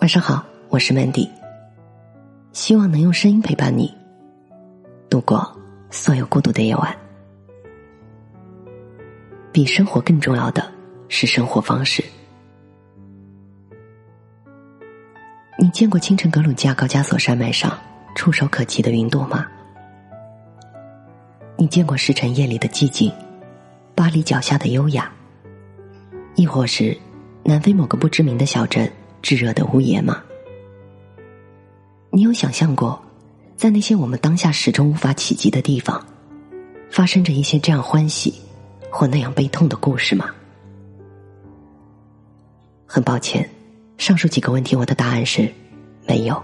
晚上好，我是 Mandy， 希望能用声音陪伴你度过所有孤独的夜晚。比生活更重要的是生活方式。你见过清晨格鲁吉亚高加索山脉上触手可及的云朵吗？你见过石城夜里的寂静，巴黎脚下的优雅，亦或是南非某个不知名的小镇炙热的屋檐吗？你有想象过，在那些我们当下始终无法企及的地方，发生着一些这样欢喜或那样悲痛的故事吗？很抱歉，上述几个问题我的答案是没有。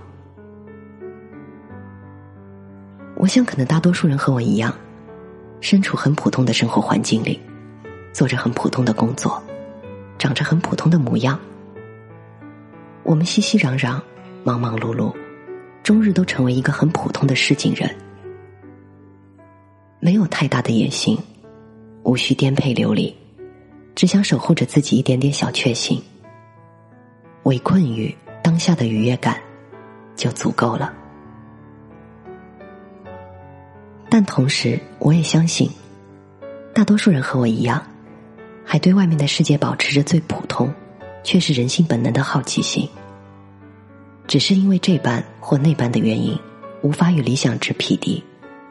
我想可能大多数人和我一样，身处很普通的生活环境里，做着很普通的工作，长着很普通的模样。我们熙熙攘攘，忙忙碌碌，终日都成为一个很普通的市井人，没有太大的野心，无需颠沛流离，只想守护着自己一点点小确幸，围困于当下的愉悦感就足够了。但同时我也相信，大多数人和我一样，还对外面的世界保持着最普通却是人性本能的好奇心，只是因为这般或那般的原因无法与理想值匹敌。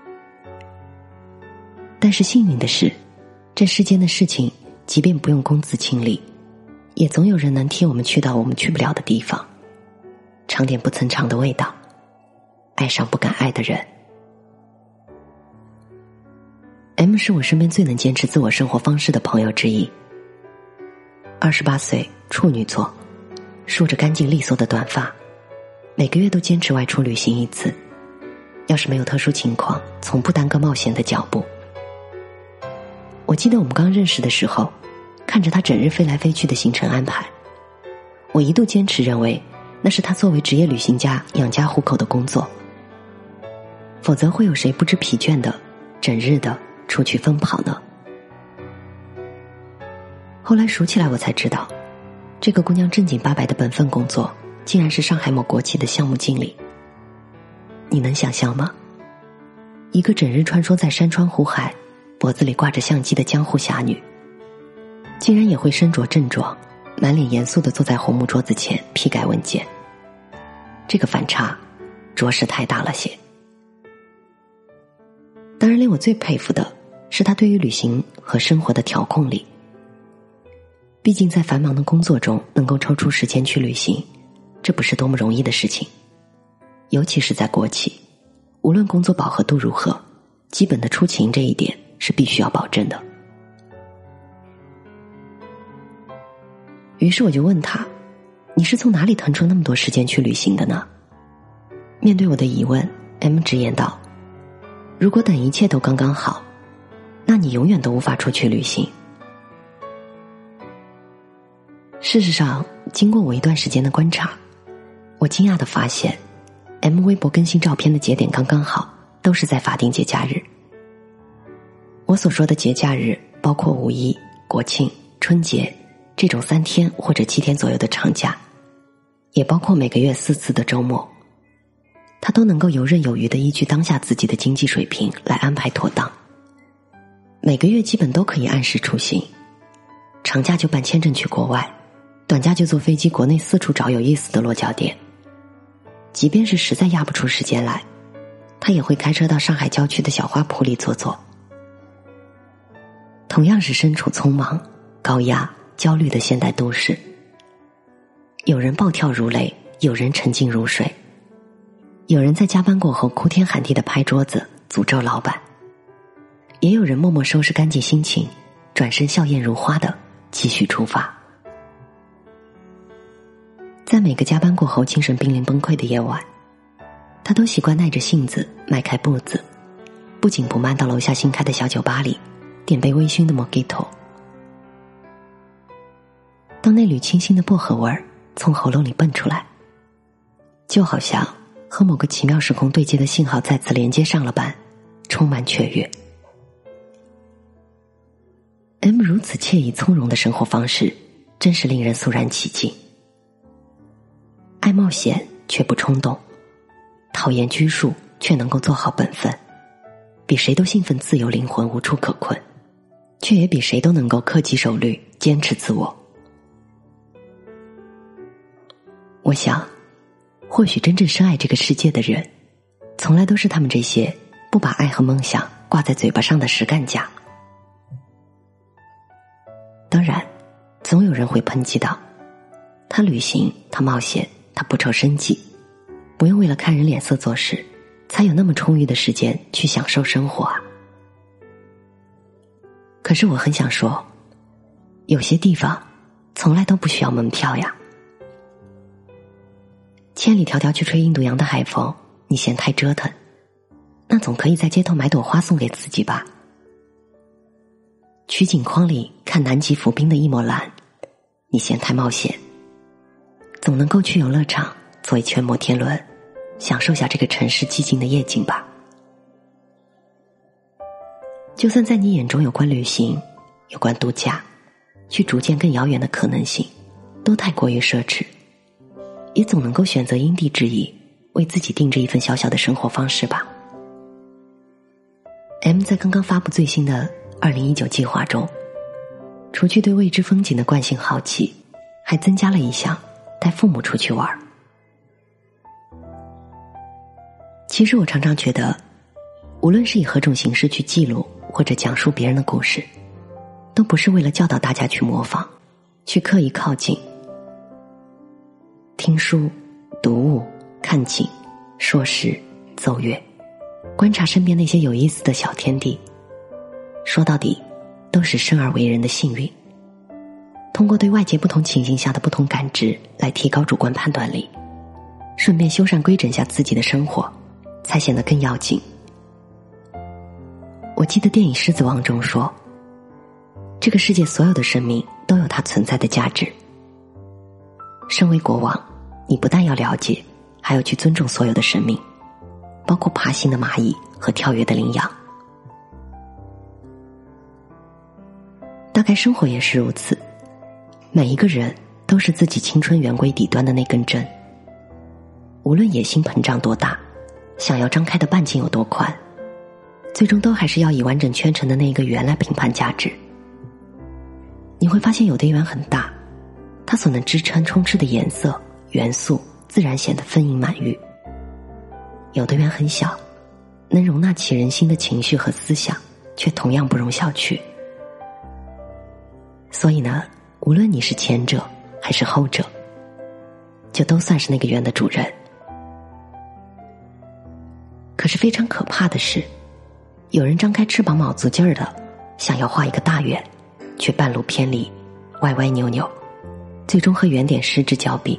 但是幸运的是，这世间的事情即便不用工资亲历，也总有人能替我们去到我们去不了的地方，尝点不曾尝的味道，爱上不敢爱的人。M 是我身边最能坚持自我生活方式的朋友之一。28岁，处女座，梳着干净利索的短发，每个月都坚持外出旅行一次，要是没有特殊情况，从不耽搁冒险的脚步。我记得我们刚认识的时候，看着他整日飞来飞去的行程安排，我一度坚持认为那是他作为职业旅行家养家糊口的工作，否则会有谁不知疲倦的整日的出去疯跑呢？后来数起来我才知道，这个姑娘正经八百的本分工作竟然是上海某国企的项目经理。你能想象吗？一个整日穿梭在山川湖海，脖子里挂着相机的江湖侠女，竟然也会身着正装，满脸严肃地坐在红木桌子前批改文件。这个反差着实太大了些。当然令我最佩服的是他对于旅行和生活的调控力。毕竟在繁忙的工作中能够抽出时间去旅行，这不是多么容易的事情，尤其是在国企，无论工作饱和度如何，基本的出勤这一点是必须要保证的。于是我就问他，你是从哪里腾出那么多时间去旅行的呢？面对我的疑问， M 直言道，如果等一切都刚刚好，那你永远都无法出去旅行。事实上，经过我一段时间的观察，我惊讶地发现 M 微博更新照片的节点刚刚好，都是在法定节假日。我所说的节假日包括五一、国庆、春节这种3天或者7天左右的长假，也包括每个月4次的周末，他都能够游刃有余地依据当下自己的经济水平来安排妥当。每个月基本都可以按时出行，长假就办签证去国外，短假就坐飞机国内四处找有意思的落脚点。即便是实在压不出时间来，他也会开车到上海郊区的小花圃里坐坐。同样是身处匆忙、高压、焦虑的现代都市，有人暴跳如雷，有人沉静如水，有人在加班过后哭天喊地的拍桌子诅咒老板，也有人默默收拾干净心情，转身笑靥如花的继续出发。在每个加班过后精神濒临崩溃的夜晚，他都习惯耐着性子迈开步子，不紧不慢到楼下新开的小酒吧里点杯微醺的 Mojito。 当那缕清新的薄荷味儿从喉咙里蹦出来，就好像和某个奇妙时空对接的信号再次连接上了般，充满雀跃。M 如此惬意从容的生活方式，真是令人肃然起敬。 爱冒险却不冲动，讨厌拘束却能够做好本分，比谁都兴奋自由灵魂无处可困，却也比谁都能够恪己守律坚持自我。我想或许真正深爱这个世界的人，从来都是他们这些不把爱和梦想挂在嘴巴上的实干家。当然总有人会抨击道，他旅行，他冒险，他不愁生计，不用为了看人脸色做事，才有那么充裕的时间去享受生活啊。可是我很想说，有些地方从来都不需要门票呀。千里迢迢去吹印度洋的海风，你嫌太折腾，那总可以在街头买朵花送给自己吧。取景框里看南极浮冰的一抹蓝，你嫌太冒险，总能够去游乐场坐一圈摩天轮，享受下这个城市寂静的夜景吧。就算在你眼中有关旅行，有关度假，去逐渐更遥远的可能性都太过于奢侈，也总能够选择因地制宜，为自己定制一份小小的生活方式吧。M 在刚刚发布最新的2019计划中，除去对未知风景的惯性好奇，还增加了一项带父母出去玩。其实我常常觉得，无论是以何种形式去记录或者讲述别人的故事，都不是为了教导大家去模仿，去刻意靠近。听书、读物、看景、说诗、奏乐，观察身边那些有意思的小天地，说到底都是生而为人的幸运。通过对外界不同情形下的不同感知来提高主观判断力，顺便修缮规整下自己的生活，才显得更要紧。我记得电影《狮子王》中说，这个世界所有的生命都有它存在的价值。身为国王，你不但要了解，还要去尊重所有的生命，包括爬行的蚂蚁和跳跃的羚羊。大概生活也是如此，每一个人都是自己青春圆规底端的那根针，无论野心膨胀多大，想要张开的半径有多宽，最终都还是要以完整圈成的那一个圆来评判价值。你会发现有的圆很大，它所能支撑充斥的颜色元素自然显得丰盈满裕，有的圆很小，能容纳起人心的情绪和思想，却同样不容小觑。所以呢，无论你是前者还是后者，就都算是那个圆的主人。可是非常可怕的是，有人张开翅膀卯足劲儿的想要画一个大圆，却半路偏离，歪歪扭扭，最终和圆点失之交臂。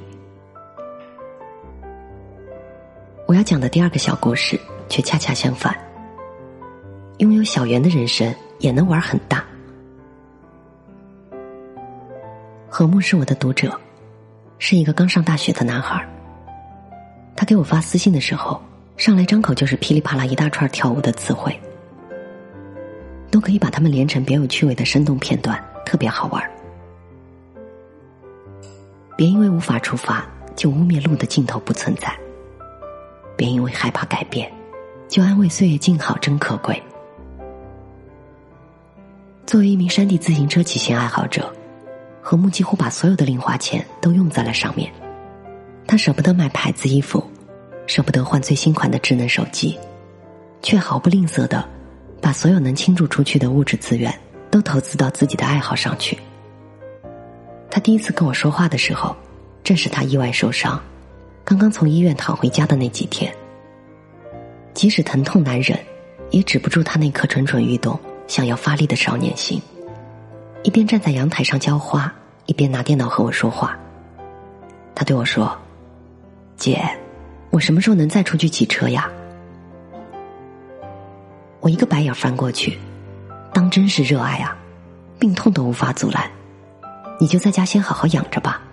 我要讲的第二个小故事却恰恰相反，拥有小圆的人生也能玩很大。何木是我的读者，是一个刚上大学的男孩。他给我发私信的时候，上来张口就是噼里啪啦一大串跳舞的词汇，都可以把它们连成别有趣味的生动片段，特别好玩。别因为无法出发就污蔑路的尽头不存在，别因为害怕改变就安慰岁月静好真可贵。作为一名山地自行车骑行爱好者，何木几乎把所有的零花钱都用在了上面。他舍不得买牌子衣服，舍不得换最新款的智能手机，却毫不吝啬地把所有能倾注出去的物质资源都投资到自己的爱好上去。他第一次跟我说话的时候，正是他意外受伤，刚刚从医院躺回家的那几天。即使疼痛难忍，也止不住他那颗蠢蠢欲动想要发力的少年心，一边站在阳台上浇花，一边拿电脑和我说话。他对我说，姐，我什么时候能再出去骑车呀？我一个白眼翻过去，当真是热爱啊，病痛都无法阻拦，你就在家先好好养着吧。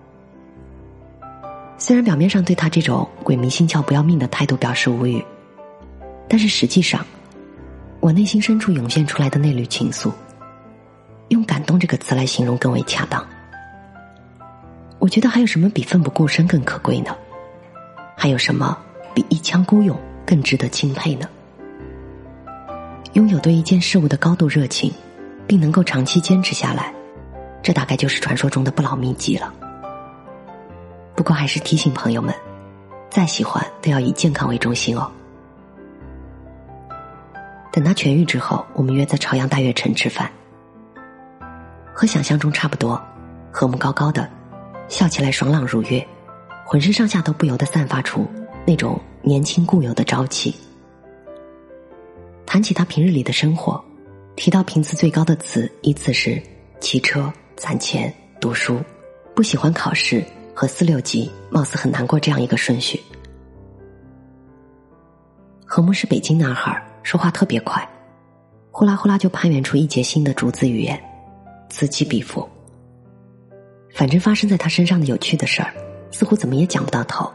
虽然表面上对他这种鬼迷心窍不要命的态度表示无语，但是实际上我内心深处涌现出来的那缕情愫，用感动这个词来形容更为恰当。 我觉得还有什么比奋不顾身更可贵呢？还有什么比一腔孤勇更值得钦佩呢？拥有对一件事物的高度热情，并能够长期坚持下来，这大概就是传说中的不老秘籍了。不过还是提醒朋友们，再喜欢都要以健康为中心哦。等他痊愈之后，我们约在朝阳大悦城吃饭。和想象中差不多，和睦高高的，笑起来爽朗如月，浑身上下都不由得散发出那种年轻固有的朝气。谈起他平日里的生活，提到频次最高的词依次是骑车、攒钱、读书、不喜欢考试和4、6级貌似很难过这样一个顺序。和睦是北京男孩，说话特别快，呼啦呼啦就攀援出一节新的逐字语言，此起彼伏。反正发生在他身上的有趣的事儿，似乎怎么也讲不到头。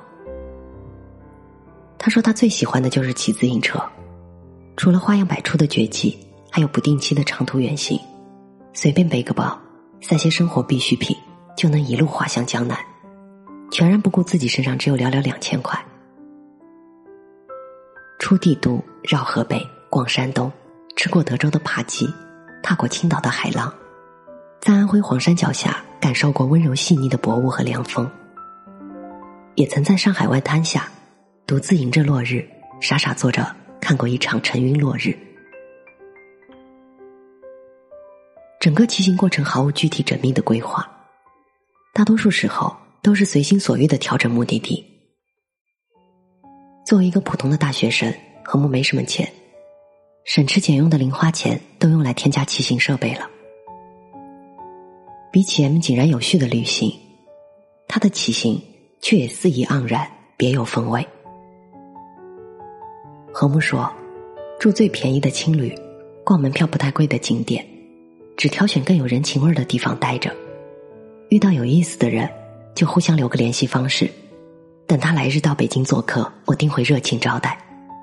他说他最喜欢的就是骑自行车，除了花样百出的绝技，还有不定期的长途远行，随便背个包，塞些生活必需品，就能一路滑向江南，全然不顾自己身上只有寥寥2000块。出帝都，绕河北，逛山东，吃过德州的扒鸡，踏过青岛的海浪，在安徽黄山脚下感受过温柔细腻的薄雾和凉风，也曾在上海外滩下独自迎着落日，傻傻坐着看过一场晨晕落日。整个骑行过程毫无具体缜密的规划，大多数时候都是随心所欲地调整目的地。作为一个普通的大学生，和睦没什么钱，省吃俭用的零花钱都用来添加骑行设备了。比起 M 井然有序的旅行，他的骑行却也肆意盎然，别有风味。和睦说，住最便宜的青旅，逛门票不太贵的景点，只挑选更有人情味的地方待着，遇到有意思的人就互相留个联系方式，等他来日到北京做客，我定会热情招待。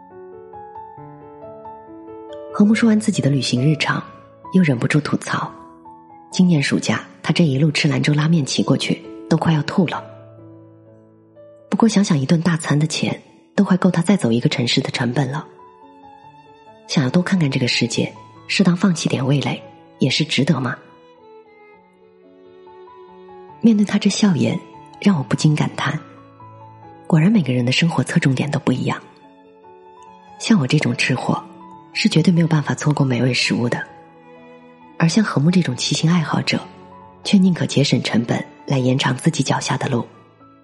和睦说完自己的旅行日常，又忍不住吐槽，今年暑假他这一路吃兰州拉面骑过去，都快要吐了。不过想想一顿大餐的钱，都快够他再走一个城市的成本了。想要多看看这个世界，适当放弃点味蕾，也是值得嘛。面对他这笑颜，让我不禁感叹，果然每个人的生活侧重点都不一样。像我这种吃货，是绝对没有办法错过美味食物的，而像和睦这种骑行爱好者，却宁可节省成本来延长自己脚下的路。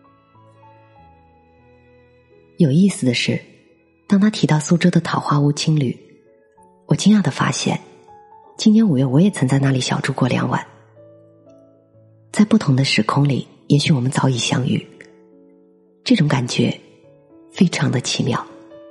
有意思的是，当他提到苏州的桃花坞青旅，我惊讶地发现，今年5月我也曾在那里小住过2晚。在不同的时空里，也许我们早已相遇，这种感觉非常的奇妙。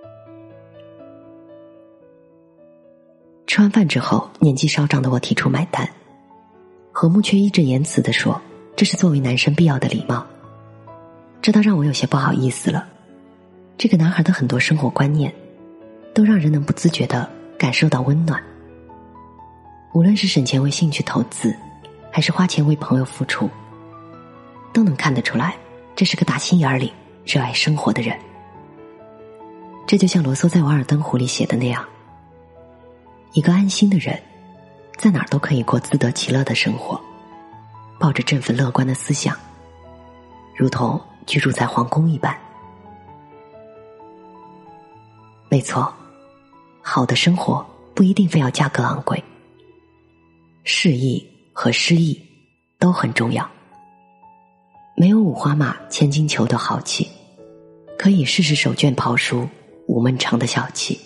吃完饭之后，年纪稍长的我提出买单，和睦却义正言辞地说，这是作为男生必要的礼貌。这倒让我有些不好意思了，这个男孩的很多生活观念，都让人能不自觉地感受到温暖。无论是省钱为兴趣投资，还是花钱为朋友付出，都能看得出来，这是个打心眼里热爱生活的人。这就像罗梭在《瓦尔登湖》里写的那样，一个安心的人，在哪儿都可以过自得其乐的生活，抱着振奋乐观的思想，如同居住在皇宫一般。没错，好的生活不一定非要价格昂贵，适意和诗意都很重要。没有五花马千金裘的豪气，可以试试手绢刨书午闷长的小气。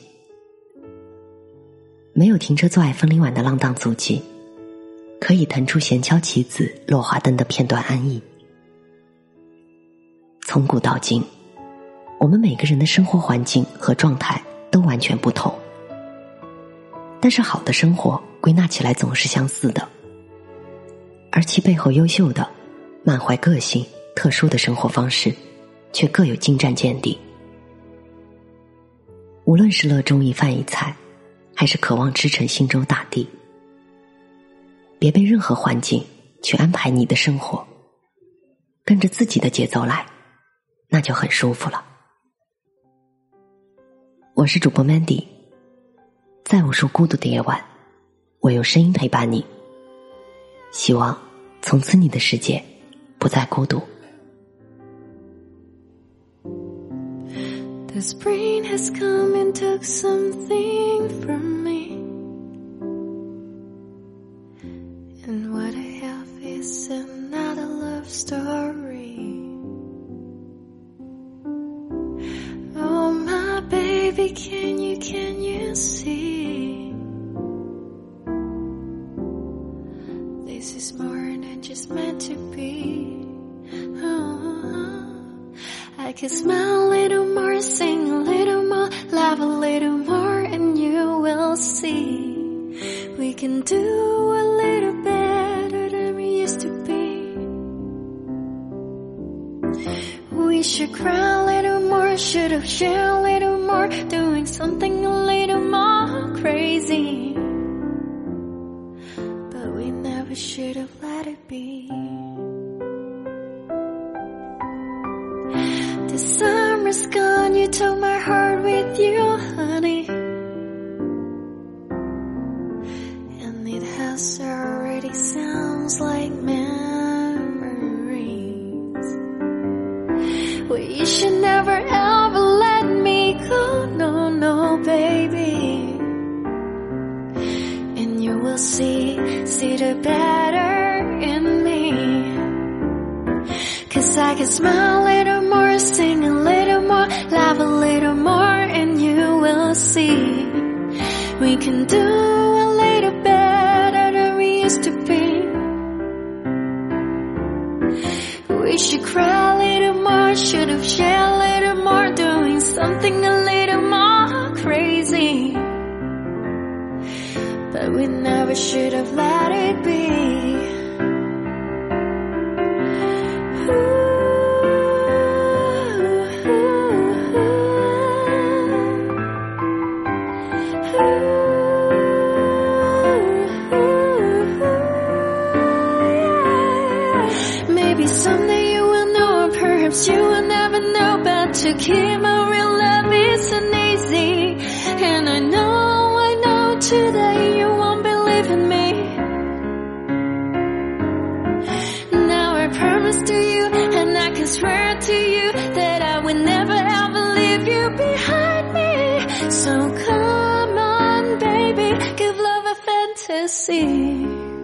没有停车坐爱枫林晚的浪荡足迹，可以腾出闲敲棋子落花灯的片段安逸。从古到今，我们每个人的生活环境和状态都完全不同，但是好的生活归纳起来总是相似的，而其背后优秀的、满怀个性、特殊的生活方式，却各有精湛见地。无论是乐衷一饭一菜，还是渴望织成星洲大地，别被任何环境去安排你的生活， 跟着自己的节奏来，那就很舒服了。我是主播 Mandy， 在无数孤独的夜晚，我用声音陪伴你，希望从此你的世界不再孤独。 The spring has come and took something from me, and what I have is another love story. Oh my baby, can you see? This is more than just meant to be. I can smile a little more, sing a little more, laugh a little more, and you will see we can do a little better than we used to be. We should cry a little more, should have shared a little more, doing something a little more crazy, but we never should have let it be. The summer's gone, you took my heart with you, honey, and it has already sounds like memories. Well, you should never ever let me go, no, baby. And you will see the better in me. 'Cause I can smile a little more, sing a little more, laugh a little more, and you will see we can do a little better than we used to be. We should cry a little more, should have shared a little more, doing something a little more crazy, but we never should have let it be. Maybe someday you will know, or perhaps you will never know, but to keep my real love isn't easy. And I know today you won't believe in me. Now I promise to you, and I can swear to you, that I will never ever leave you behind me. So come on baby, give love a fantasy,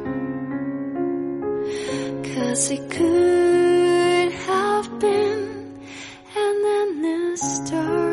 'cause it could have been an endless story.